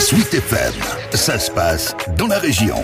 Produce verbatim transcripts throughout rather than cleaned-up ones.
Sweet F M, ça se passe dans la région.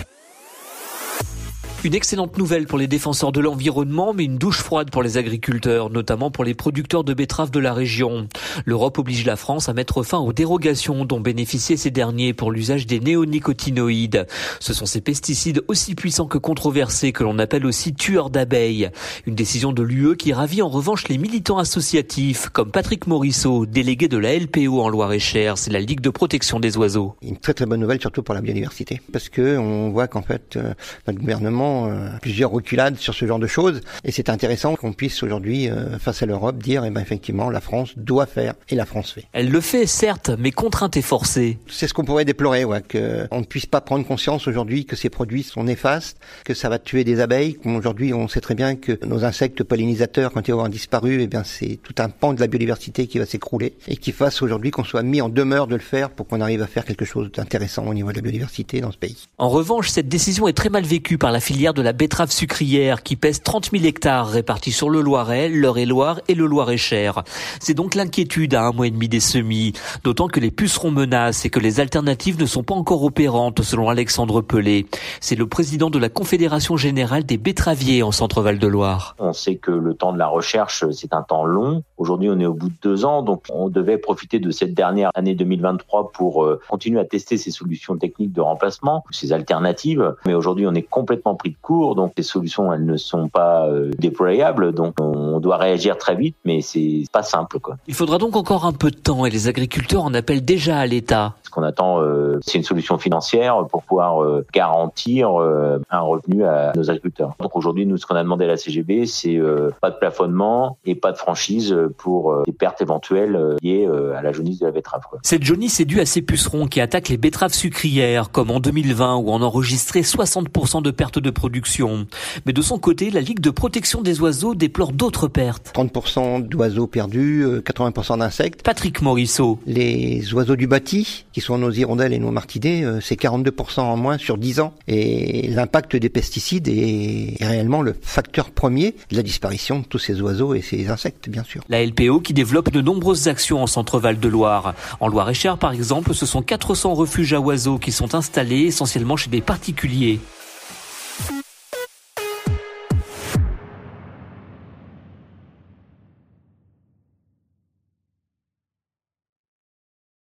Une excellente nouvelle pour les défenseurs de l'environnement, mais une douche froide pour les agriculteurs, notamment pour les producteurs de betteraves de la région. L'Europe oblige la France à mettre fin aux dérogations dont bénéficiaient ces derniers pour l'usage des néonicotinoïdes. Ce sont ces pesticides aussi puissants que controversés que l'on appelle aussi tueurs d'abeilles. Une décision de l'U E qui ravit en revanche les militants associatifs, comme Patrick Morisseau, délégué de la L P O en Loir-et-Cher, c'est la Ligue de protection des oiseaux. Une très très bonne nouvelle, surtout pour la biodiversité, parce que on voit qu'en fait euh, notre gouvernement Euh, plusieurs reculades sur ce genre de choses, et c'est intéressant qu'on puisse aujourd'hui euh, face à l'Europe dire eh ben effectivement la France doit faire, et la France fait. Elle le fait certes, mais contrainte et forcée. C'est ce qu'on pourrait déplorer, ouais, que on ne puisse pas prendre conscience aujourd'hui que ces produits sont néfastes, que ça va tuer des abeilles. Aujourd'hui on sait très bien que nos insectes pollinisateurs, quand ils vont avoir disparu, eh bien c'est tout un pan de la biodiversité qui va s'écrouler, et qu'il fasse aujourd'hui qu'on soit mis en demeure de le faire pour qu'on arrive à faire quelque chose d'intéressant au niveau de la biodiversité dans ce pays. En revanche, cette décision est très mal vécue par la filière de la betterave sucrière qui pèse trente mille hectares répartis sur le Loiret, l'Eure-et-Loir et le Loir-et-Cher. C'est donc l'inquiétude à un mois et demi des semis, d'autant que les pucerons menacent et que les alternatives ne sont pas encore opérantes selon Alexandre Pelé. C'est le président de la Confédération Générale des Betteraviers en Centre-Val de Loire. On sait que le temps de la recherche, c'est un temps long. Aujourd'hui, on est au bout de deux ans, donc on devait profiter de cette dernière année deux mille vingt-trois pour euh, continuer à tester ces solutions techniques de remplacement, ces alternatives. Mais aujourd'hui, on est complètement pris de court, donc les solutions, elles ne sont pas euh, déployables, donc on doit réagir très vite, mais c'est pas simple, quoi. Il faudra donc encore un peu de temps et les agriculteurs en appellent déjà à l'État. Ce qu'on attend, euh, c'est une solution financière pour pouvoir euh, garantir euh, un revenu à nos agriculteurs. Donc aujourd'hui, nous, ce qu'on a demandé à la C G B, c'est euh, pas de plafonnement et pas de franchise pour euh, des pertes éventuelles euh, liées euh, à la jaunisse de la betterave, quoi. Cette jaunisse est due à ces pucerons qui attaquent les betteraves sucrières, comme en deux mille vingt, où on enregistrait soixante pour cent de pertes de production. Mais de son côté, la Ligue de protection des oiseaux déplore d'autres pertes. trente pour cent d'oiseaux perdus, quatre-vingts pour cent d'insectes. Patrick Morisseau. Les oiseaux du bâti, qui sont nos hirondelles et nos martinets, c'est quarante-deux pour cent en moins sur dix ans. Et l'impact des pesticides est réellement le facteur premier de la disparition de tous ces oiseaux et ces insectes, bien sûr. La L P O qui développe de nombreuses actions en Centre-Val de Loire. En Loir-et-Cher, par exemple, ce sont quatre cents refuges à oiseaux qui sont installés essentiellement chez des particuliers.